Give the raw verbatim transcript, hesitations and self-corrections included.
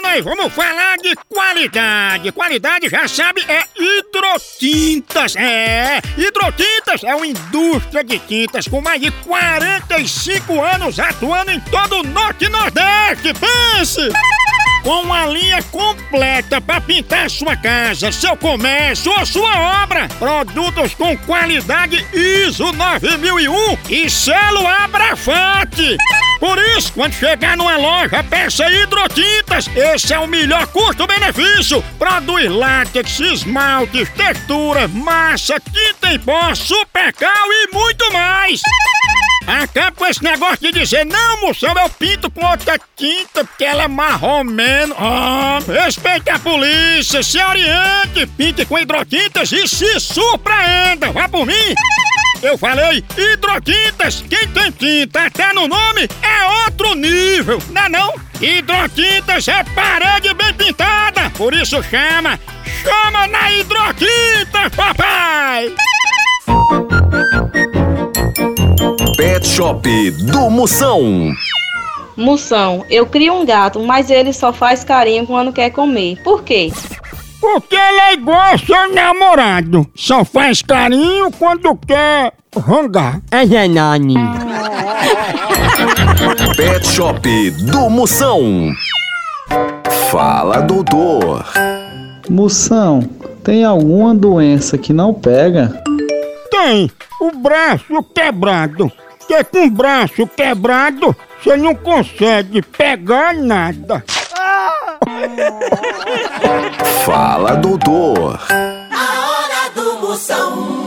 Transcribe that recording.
aí, vamos falar de qualidade. Qualidade, já sabe, é Hidrotintas. É, Hidrotintas é uma indústria de tintas com mais de quarenta e cinco anos atuando em todo o Norte e Nordeste. Pense! Com uma linha completa para pintar sua casa, seu comércio ou sua obra. Produtos com qualidade I S O nove mil e um e selo Abrafate. Por isso, quando chegar numa loja, peça Hidrotintas. Esse é o melhor custo-benefício. Produz látex, esmaltes, textura, massa, tinta em pó, supercal e muito mais. Acaba com esse negócio de dizer, não, moção, eu pinto com outra tinta porque ela é marromeno. Ah, respeite a polícia, se oriente, pinte com Hidrotintas e se surpreenda. Vá por mim. Eu falei Hidrotintas, quem tem tinta até no nome é outro nível, não é não? Hidrotintas é parede bem pintada, por isso chama, chama na Hidrotintas, papai! Pet Shop do Moção. Moção, eu crio um gato, mas ele só faz carinho quando quer comer. Por quê? Porque ele é igual ao seu namorado. Só faz carinho quando quer rangar. É Janani. Pet Shop do Moção. Fala, doutor. Moção, tem alguma doença que não pega? Tem o braço quebrado. Porque com o braço quebrado, você não consegue pegar nada. Fala, doutor. A hora do Moção.